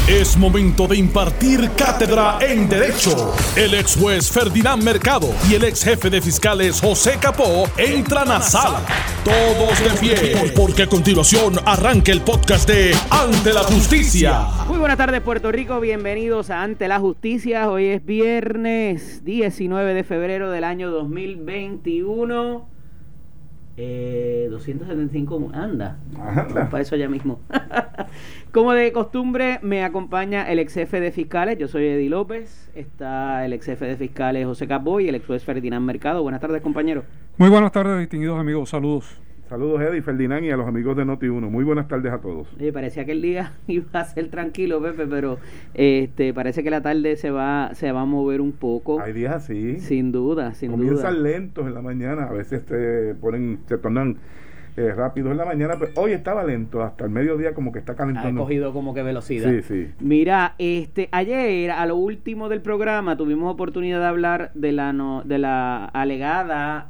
Es momento de impartir cátedra en Derecho. El ex juez Ferdinand Mercado y el ex jefe de fiscales José Capó entran a sala. Todos de pie, porque a continuación arranca el podcast de Ante la Justicia. Muy buenas tardes, Puerto Rico. Bienvenidos a Ante la Justicia. Hoy es viernes 19 de febrero del año 2021. 275, anda. Vamos para eso ya mismo. Como de costumbre, me acompaña el ex jefe de fiscales. Yo soy Eddie López. Está el ex jefe de fiscales José Capó y el ex juez Ferdinand Mercado. Buenas tardes, compañero. Muy buenas tardes, distinguidos amigos. Saludos. Saludos, Eddie, Ferdinand, y a los amigos de Noti1. Muy buenas tardes a todos. Parecía que el día iba a ser tranquilo, Pepe, pero parece que la tarde se va a mover un poco. Hay días así. Sin duda. Comienzan lentos en la mañana, a veces se tornan rápidos en la mañana, pero hoy estaba lento, hasta el mediodía como que está calentando. Ha cogido como que velocidad. Sí. Mira, ayer, a lo último del programa, tuvimos oportunidad de hablar de la alegada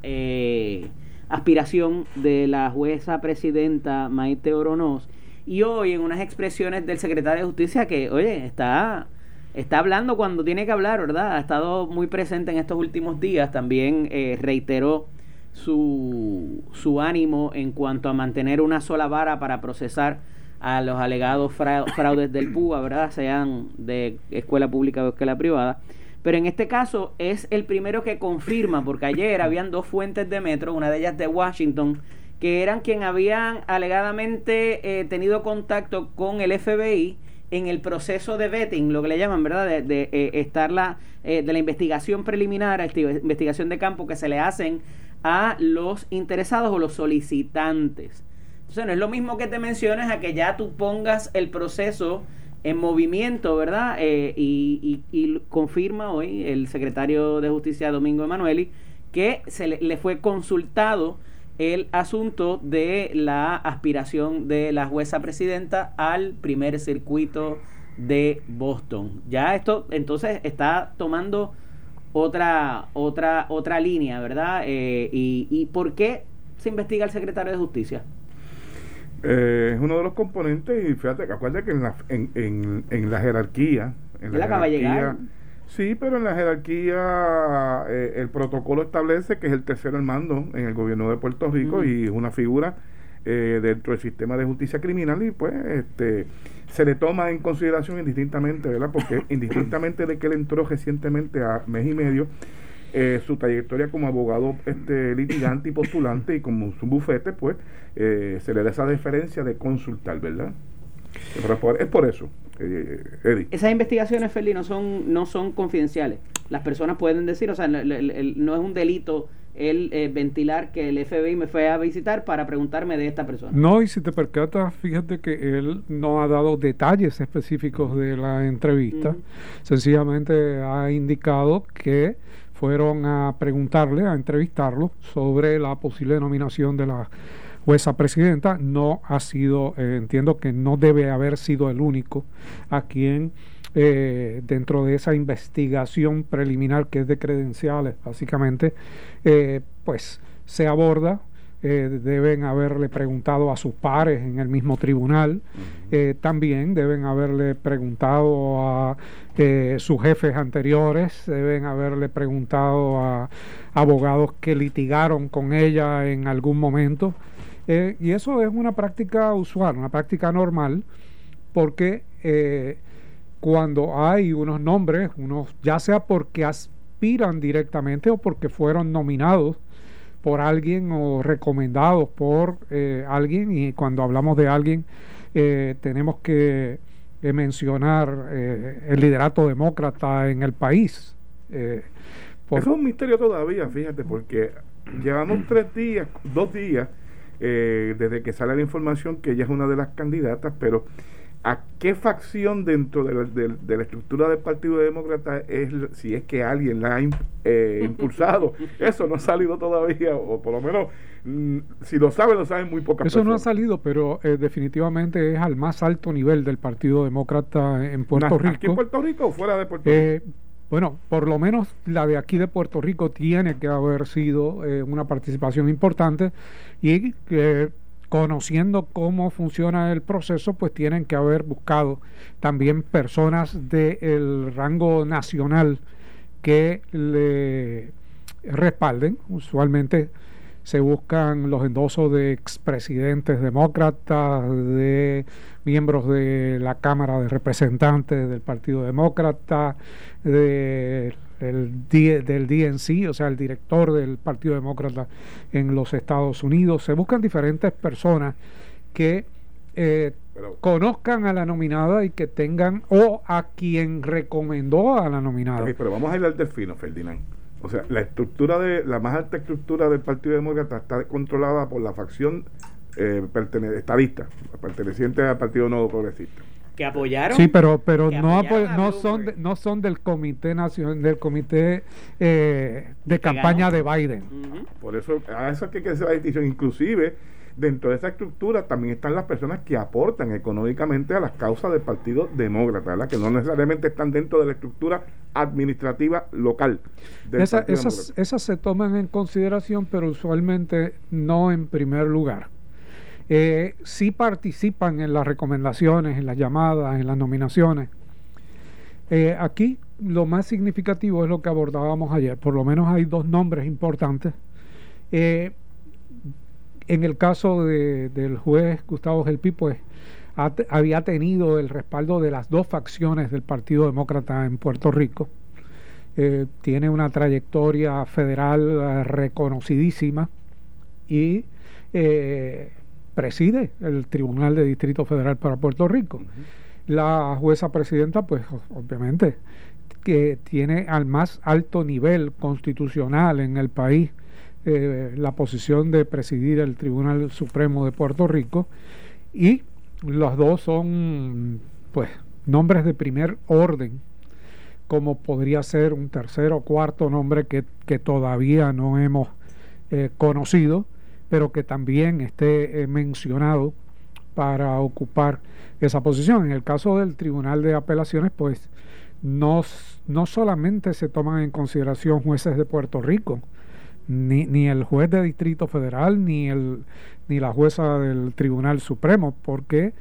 aspiración de la jueza presidenta Maite Oronoz, y hoy en unas expresiones del secretario de Justicia que, oye, está hablando cuando tiene que hablar, ¿verdad? Ha estado muy presente en estos últimos días. También reiteró su ánimo en cuanto a mantener una sola vara para procesar a los alegados fraudes del PUA, ¿verdad? Sean de escuela pública o escuela privada. Pero en este caso es el primero que confirma, porque ayer habían dos fuentes de Metro, una de ellas de Washington, que eran quien habían alegadamente tenido contacto con el FBI en el proceso de vetting, lo que le llaman, ¿verdad? De la investigación preliminar, investigación de campo que se le hacen a los interesados o los solicitantes. Entonces no es lo mismo que te menciones a que ya tú pongas el proceso en movimiento, ¿verdad? Y confirma hoy el secretario de Justicia, Domingo Emanueli, que le fue consultado el asunto de la aspiración de la jueza presidenta al primer circuito de Boston. Ya esto entonces está tomando otra línea, ¿verdad? ¿Y por qué se investiga al secretario de Justicia? Es uno de los componentes, y fíjate, acuérdate que en la jerarquía... Él acaba de llegar. Sí, pero en la jerarquía el protocolo establece que es el tercero al mando en el gobierno de Puerto Rico, y es una figura dentro del sistema de justicia criminal, y pues se le toma en consideración indistintamente, ¿verdad? Porque indistintamente de que él entró recientemente a mes y medio, su trayectoria como abogado litigante y postulante, y como su bufete, pues se le da esa deferencia de consultar, ¿verdad? Es por eso, Eddie. Esas investigaciones, Feli, no son confidenciales. Las personas pueden decir, o sea, no es un delito el ventilar que el FBI me fue a visitar para preguntarme de esta persona. No, y si te percatas, fíjate que él no ha dado detalles específicos de la entrevista. Sencillamente ha indicado que fueron a preguntarle, a entrevistarlo sobre la posible nominación de la jueza presidenta. No ha sido, entiendo que no debe haber sido el único a quien dentro de esa investigación preliminar, que es de credenciales básicamente, pues se aborda. Deben haberle preguntado a sus pares en el mismo tribunal. También deben haberle preguntado a sus jefes anteriores, deben haberle preguntado a abogados que litigaron con ella en algún momento, y eso es una práctica usual, una práctica normal, porque cuando hay unos nombres, ya sea porque aspiran directamente o porque fueron nominados por alguien o recomendados por alguien, y cuando hablamos de alguien tenemos que mencionar el liderato demócrata en el país. Eso es un misterio todavía, fíjate, porque llevamos 2 días desde que sale la información que ella es una de las candidatas, pero ¿a qué facción dentro de la estructura del Partido Demócrata si es que alguien la ha impulsado? Eso no ha salido todavía, o por lo menos si lo saben muy pocas personas. Eso no ha salido, pero definitivamente es al más alto nivel del Partido Demócrata en Puerto Rico. ¿Aquí en Puerto Rico o fuera de Puerto Rico? Bueno, por lo menos la de aquí de Puerto Rico tiene que haber sido una participación importante, y conociendo cómo funciona el proceso, pues tienen que haber buscado también personas del rango nacional que le respalden. Usualmente se buscan los endosos de expresidentes demócratas, de miembros de la Cámara de Representantes del Partido Demócrata, del DNC, o sea, el director del Partido Demócrata en los Estados Unidos. Se buscan diferentes personas que conozcan a la nominada y que tengan, o a quien recomendó a la nominada. Okay, pero vamos a ir al delfino, Ferdinand. O sea, la más alta estructura del Partido Demócrata está controlada por la facción estadista, perteneciente al Partido Nuevo Progresista. Que apoyaron. Sí, pero no son del Comité Nacional, del Comité de campaña de Biden. Por eso, a eso es que hay que hacer la distinción. Inclusive, dentro de esa estructura también están las personas que aportan económicamente a las causas del Partido Demócrata, ¿verdad? Que no necesariamente están dentro de la estructura administrativa local del Partido Demócrata. Esas se toman en consideración, pero usualmente no en primer lugar. Sí participan en las recomendaciones, en las llamadas, en las nominaciones. Aquí lo más significativo es lo que abordábamos ayer. Por lo menos hay dos nombres importantes. En el caso del juez Gustavo Gelpi, pues había tenido el respaldo de las dos facciones del Partido Demócrata en Puerto Rico. Tiene una trayectoria federal reconocidísima y preside el Tribunal de Distrito Federal para Puerto Rico. La jueza presidenta, pues obviamente, que tiene al más alto nivel constitucional en el país la posición de presidir el Tribunal Supremo de Puerto Rico, y los dos son pues nombres de primer orden, como podría ser un tercer o cuarto nombre que todavía no hemos conocido, pero que también esté mencionado para ocupar esa posición. En el caso del Tribunal de Apelaciones, pues no solamente se toman en consideración jueces de Puerto Rico, ni el juez de Distrito Federal, ni la jueza del Tribunal Supremo, porque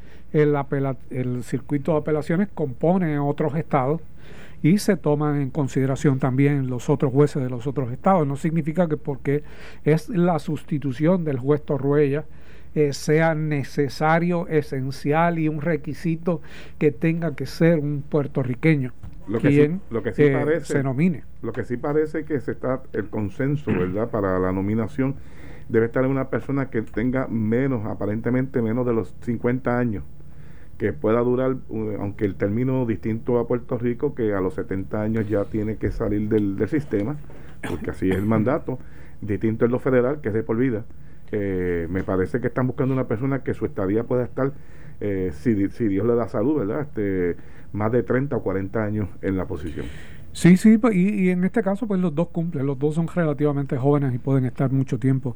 el circuito de apelaciones compone otros estados y se toman en consideración también los otros jueces de los otros estados. No significa que porque es la sustitución del juez Torruella sea necesario, esencial y un requisito que tenga que ser un puertorriqueño quien se nomine. Lo que sí parece que el consenso, ¿verdad?, para la nominación debe estar en una persona que tenga aparentemente menos de los 50 años, que pueda durar, aunque el término distinto a Puerto Rico, que a los 70 años ya tiene que salir del sistema, porque así es el mandato. Distinto es lo federal, que es de por vida. Me parece que están buscando una persona que su estadía pueda estar, si Dios le da salud, ¿verdad?, más de 30 o 40 años en la posición. Sí, y en este caso pues los dos cumplen, los dos son relativamente jóvenes y pueden estar mucho tiempo.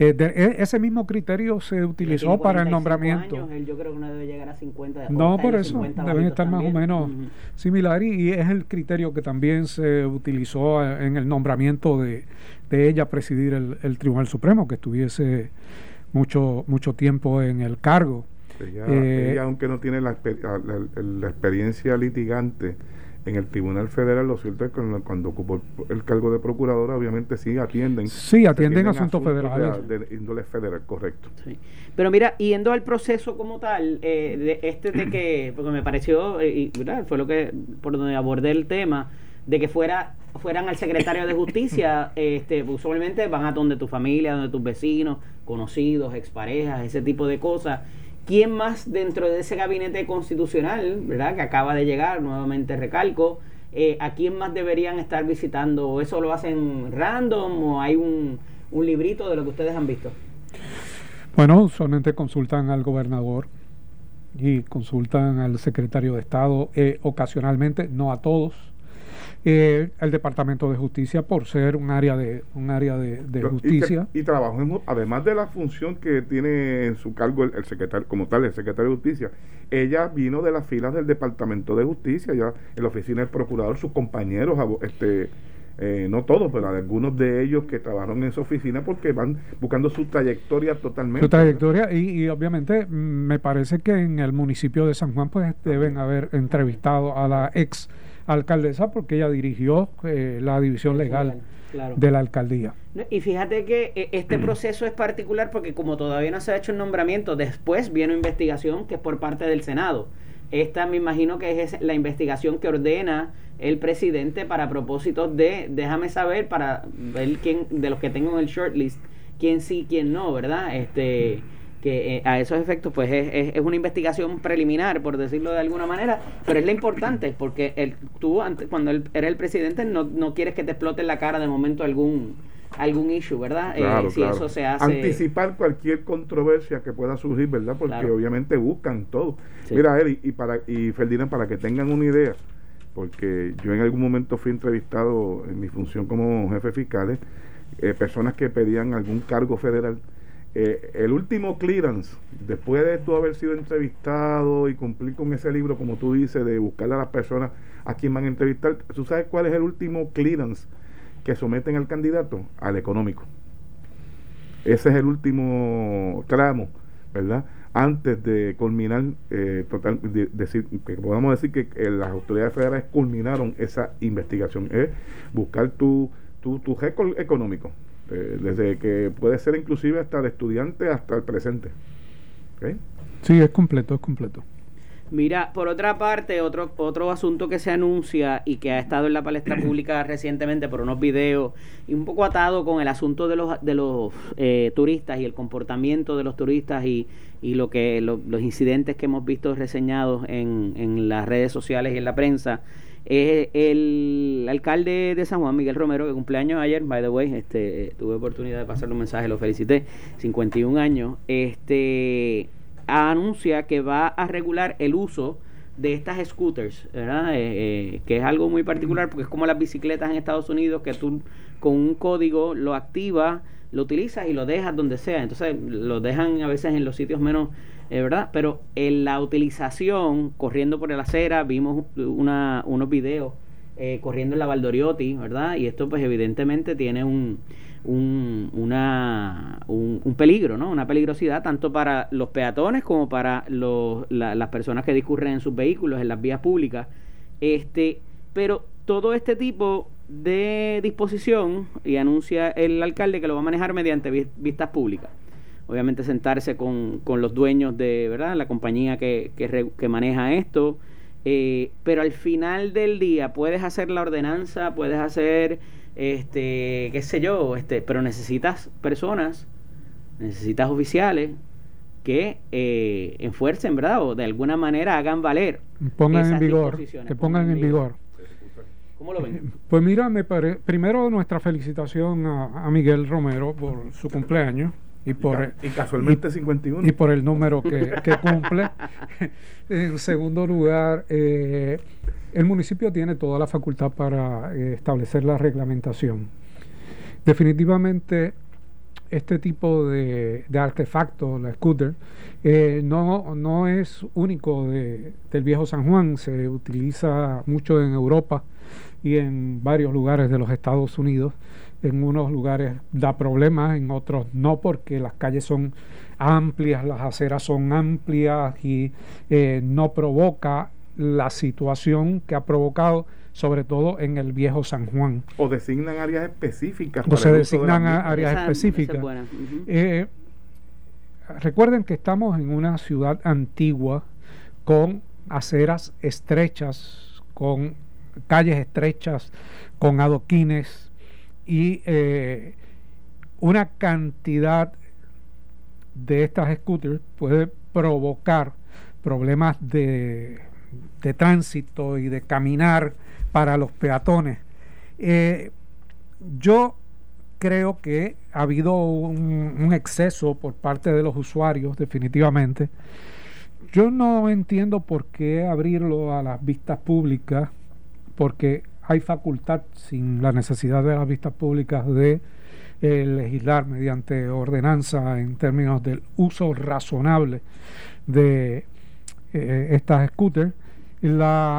Ese mismo criterio se utilizó para el nombramiento. Años, yo creo que no debe llegar a 50. No, por eso, deben estar también más o menos similar, y es el criterio que también se utilizó en el nombramiento de ella a presidir el Tribunal Supremo, que estuviese mucho tiempo en el cargo. Ella, aunque no tiene la experiencia litigante en el Tribunal Federal, lo cierto es que cuando ocupó el cargo de procuradora, obviamente atienden asuntos federales de índole federal, correcto. Sí. Pero mira, yendo al proceso como tal, de que, porque me pareció, ¿verdad?, fue por donde abordé el tema, de que fueran al secretario de Justicia, usualmente van a donde tu familia, donde tus vecinos, conocidos, exparejas, ese tipo de cosas. ¿Quién más dentro de ese gabinete constitucional, ¿verdad?, que acaba de llegar, nuevamente recalco, a quién más deberían estar visitando? ¿O eso lo hacen random o hay un librito de lo que ustedes han visto? Bueno, usualmente consultan al gobernador y consultan al secretario de Estado, ocasionalmente, no a todos. El Departamento de Justicia, por ser un área de justicia, y trabajo además de la función que tiene en su cargo el secretario como tal, el secretario de Justicia. Ella vino de las filas del Departamento de Justicia, ya en la oficina del procurador, sus compañeros no todos, pero algunos de ellos que trabajaron en esa oficina porque van buscando su trayectoria totalmente. Su trayectoria y obviamente me parece que en el municipio de San Juan pues deben haber entrevistado a la ex alcaldesa porque ella dirigió la división legal de la alcaldía. Y fíjate que este proceso es particular porque como todavía no se ha hecho el nombramiento, después viene una investigación que es por parte del Senado. Esta me imagino que es la investigación que ordena el presidente para propósitos de, déjame saber, para ver quién de los que tengo en el shortlist, quién sí, quién no, ¿verdad? Que a esos efectos pues es una investigación preliminar, por decirlo de alguna manera, pero es la importante porque tú antes, cuando él era el presidente no quieres que te explote en la cara de momento algún issue, ¿verdad? Claro, si eso se hace, anticipar cualquier controversia que pueda surgir, ¿verdad? Porque obviamente buscan todo. Sí. Mira, Eri y Ferdinand, para que tengan una idea, porque yo en algún momento fui entrevistado en mi función como jefe fiscal, personas que pedían algún cargo federal. El último clearance, después de tú haber sido entrevistado y cumplir con ese libro, como tú dices, de buscar a las personas a quien van a entrevistar, ¿tú sabes cuál es el último clearance que someten al candidato? Al económico. Ese es el último tramo, ¿verdad? Antes de culminar, que podamos decir que las autoridades federales culminaron esa investigación, es buscar tu récord económico, desde que puede ser inclusive hasta el estudiante hasta el presente. ¿Okay? Sí, es completo. Mira, por otra parte, otro asunto que se anuncia y que ha estado en la palestra pública recientemente por unos videos y un poco atado con el asunto de los turistas y el comportamiento de los turistas y los incidentes que hemos visto reseñados en las redes sociales y en la prensa. El alcalde de San Juan, Miguel Romero, que cumpleaños ayer, by the way, tuve oportunidad de pasarle un mensaje, lo felicité, 51 años, anuncia que va a regular el uso de estas scooters, ¿verdad? Que es algo muy particular porque es como las bicicletas en Estados Unidos, que tú con un código lo activas, lo utilizas y lo dejas donde sea. Entonces lo dejan a veces en los sitios menos, ¿verdad? Pero en la utilización, corriendo por la acera, vimos unos videos corriendo en la Valdoriotti, ¿verdad? Y esto pues evidentemente tiene un peligro, ¿no? Una peligrosidad tanto para los peatones como para las personas que discurren en sus vehículos en las vías públicas. Pero todo este tipo de disposición, y anuncia el alcalde que lo va a manejar mediante vistas públicas. Obviamente sentarse con los dueños de, ¿verdad?, la compañía que maneja esto, pero al final del día puedes hacer la ordenanza, puedes hacer qué sé yo, pero necesitas personas, necesitas oficiales que enfuercen, ¿verdad?, o de alguna manera hagan valer, pongan en vigor, que pongan en vigor. ¿Cómo lo ven? Pues mira, primero nuestra felicitación a Miguel Romero por su cumpleaños y casualmente 51 y por el número que cumple. En segundo lugar, el municipio tiene toda la facultad para establecer la reglamentación. Definitivamente este tipo de artefactos, la scooter, no es único del viejo San Juan. Se utiliza mucho en Europa y en varios lugares de los Estados Unidos. En unos lugares da problemas, en otros no, porque las calles son amplias, las aceras son amplias y no provoca la situación que ha provocado, sobre todo en el viejo San Juan. O designan áreas específicas. O se designan áreas específicas. Recuerden que estamos en una ciudad antigua con aceras estrechas, con calles estrechas, con adoquines y una cantidad de estas scooters puede provocar problemas de tránsito y de caminar para los peatones. Yo creo que ha habido un exceso por parte de los usuarios, definitivamente. Yo no entiendo por qué abrirlo a las vistas públicas, porque hay facultad, sin la necesidad de las vistas públicas, de legislar mediante ordenanza en términos del uso razonable de estas scooters. La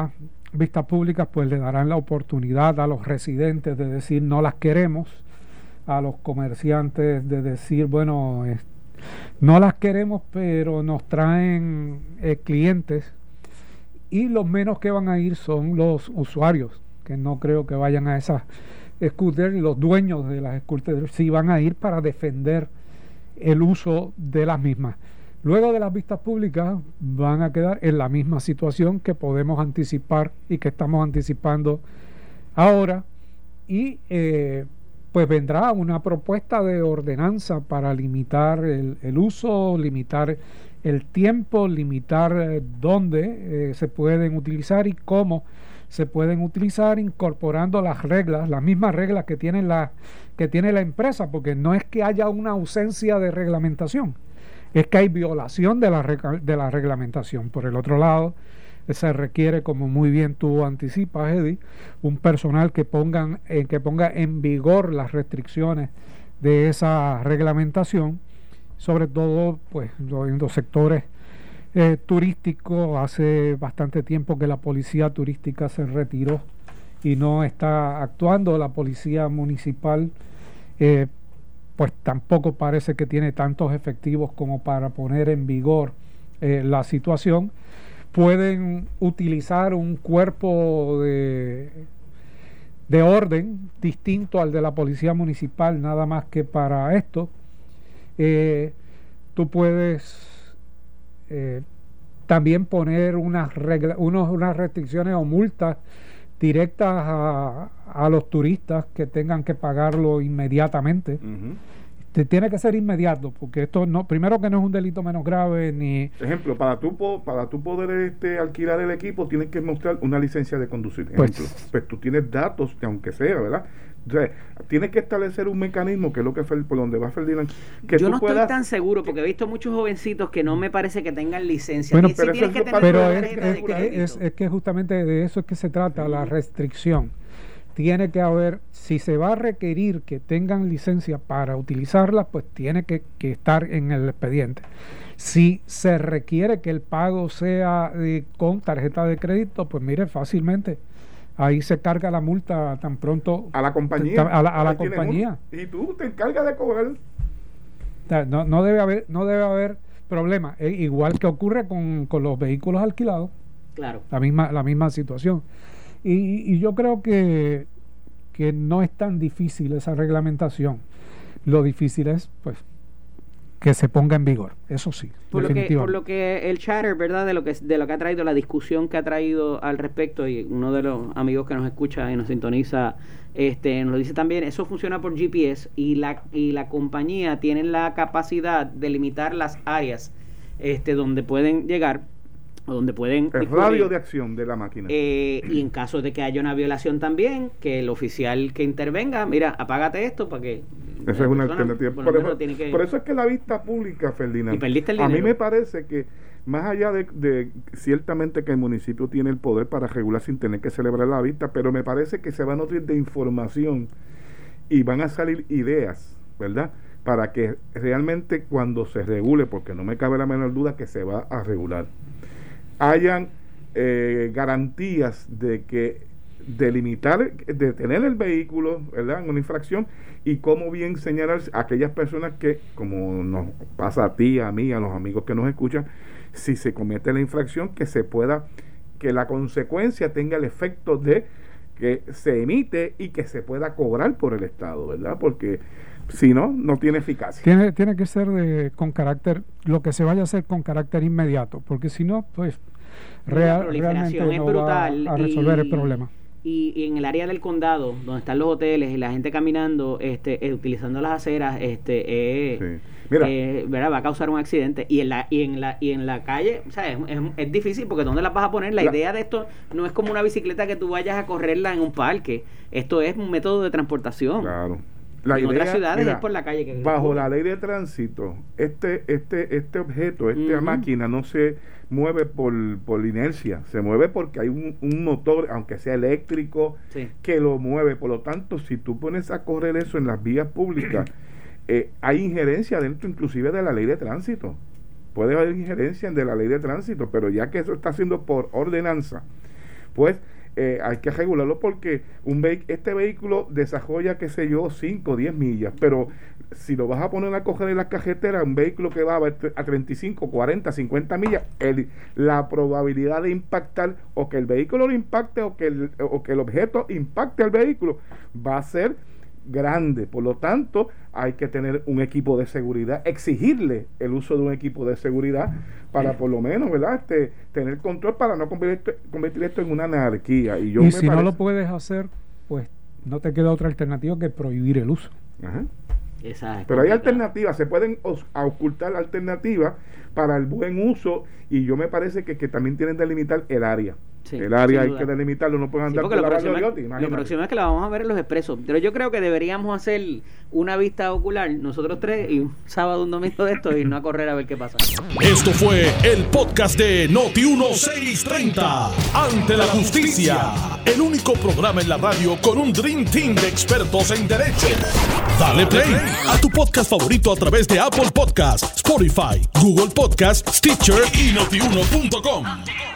vistas públicas pues le darán la oportunidad a los residentes de decir no las queremos, a los comerciantes de decir bueno, no las queremos pero nos traen clientes, y los menos que van a ir son los usuarios, que no creo que vayan a esas scooters, y los dueños de las scooters sí van a ir para defender el uso de las mismas. Luego de las vistas públicas van a quedar en la misma situación que podemos anticipar y que estamos anticipando ahora, y pues vendrá una propuesta de ordenanza para limitar el uso, limitar el tiempo, limitar dónde se pueden utilizar y cómo se pueden utilizar, incorporando las reglas, las mismas reglas que tiene la empresa, porque no es que haya una ausencia de reglamentación, es que hay violación de la reglamentación. Por el otro lado, se requiere, como muy bien tú anticipas, Eddie, un personal que ponga en vigor las restricciones de esa reglamentación, sobre todo pues en los sectores turísticos. Hace bastante tiempo que la policía turística se retiró y no está actuando. La policía municipal pues tampoco parece que tiene tantos efectivos como para poner en vigor la situación. Pueden utilizar un cuerpo de orden distinto al de la policía municipal, nada más que para esto. Tú puedes también poner unas restricciones o multas directas a los turistas que tengan que pagarlo inmediatamente. Tiene que ser inmediato, porque esto no, primero que no es un delito menos grave ni... Ejemplo, para tú poder alquilar el equipo tienes que mostrar una licencia de conducir. Ejemplo, pues tú tienes datos, que aunque sea, ¿verdad? O sea, tienes que establecer un mecanismo, que es lo que por donde va Ferdinand, que yo no estoy tan seguro, porque he visto muchos jovencitos que no me parece que tengan licencia. Bueno, es que justamente de eso es que se trata, la restricción. Tiene que haber, si se va a requerir que tengan licencia para utilizarla, pues tiene que estar en el expediente. Si se requiere que el pago sea con tarjeta de crédito, pues mire, fácilmente ahí se carga la multa tan pronto a la compañía, a la compañía, y tú te encargas de cobrar. No debe haber problema. Igual que ocurre con los vehículos alquilados. Claro. La misma situación. Y yo creo que no es tan difícil esa reglamentación. Lo difícil es pues que se ponga en vigor, eso sí. Por lo que el chatter, ¿verdad? de lo que ha traído, la discusión que ha traído al respecto, y uno de los amigos que nos escucha y nos sintoniza nos lo dice también, eso funciona por GPS, y la compañía tiene la capacidad de limitar las áreas donde pueden llegar, donde pueden el radio de acción de la máquina, y en caso de que haya una violación también, que el oficial que intervenga, mira, apágate esto para que esa es una alternativa. Por eso es que la vista pública, Ferdinand, y perdiste el dinero. A mí me parece que más allá de ciertamente que el municipio tiene el poder para regular sin tener que celebrar la vista, pero me parece que se va a nutrir de información y van a salir ideas, ¿verdad?, para que realmente cuando se regule, porque no me cabe la menor duda que se va a regular, hayan garantías de limitar, de tener el vehículo, ¿verdad?, en una infracción, y cómo bien señalar a aquellas personas que, como nos pasa a ti, a mí, a los amigos que nos escuchan, si se comete la infracción, que la consecuencia tenga el efecto de que se emite y que se pueda cobrar por el Estado, ¿verdad? Porque si no, no tiene eficacia. Tiene que ser con carácter, lo que se vaya a hacer con carácter inmediato, porque si no, pues realmente no brutal, va a resolver el problema. Y en el área del condado, donde están los hoteles y la gente caminando, utilizando las aceras, ¿verdad?, va a causar un accidente. Y en la calle, o sea, es difícil, porque ¿dónde las vas a poner? La idea de esto no es como una bicicleta que tú vayas a correrla en un parque. Esto es un método de transportación. Claro. En otras ciudades es por la calle. Bajo la ley de tránsito, este objeto, esta máquina no se mueve por inercia, se mueve porque hay un motor, aunque sea eléctrico, que lo mueve. Por lo tanto, si tú pones a correr eso en las vías públicas, hay injerencia dentro inclusive de la ley de tránsito. Puede haber injerencia de la ley de tránsito, pero ya que eso está haciendo por ordenanza, pues hay que regularlo porque este vehículo desarrolla, qué sé yo, 5 o 10 millas, pero si lo vas a poner a coger en las carreteras, un vehículo que va a 35, 40, 50 millas, la probabilidad de impactar, o que el vehículo lo impacte, o que el objeto impacte al vehículo, va a ser grande. Por lo tanto, hay que tener un equipo de seguridad, exigirle el uso de un equipo de seguridad para por lo menos, ¿verdad? Tener control para no convertir esto en una anarquía. Y si no lo puedes hacer, pues no te queda otra alternativa que prohibir el uso. Ajá. Exacto. Pero hay alternativas, se pueden ocultar alternativas para el buen uso, y yo me parece que también tienen que delimitar el área. Sí, el área hay que delimitarlo, no pueden andar por la lo próximo es que la vamos a ver en los expresos. Pero yo creo que deberíamos hacer una vista ocular, nosotros tres, y un sábado, un domingo de esto, y no a correr a ver qué pasa. Esto fue el podcast de Noti1630, Ante la Justicia, el único programa en la radio con un Dream Team de expertos en derecho. Dale play a tu podcast favorito a través de Apple Podcasts, Spotify, Google Podcasts, Stitcher y Notiuno.com.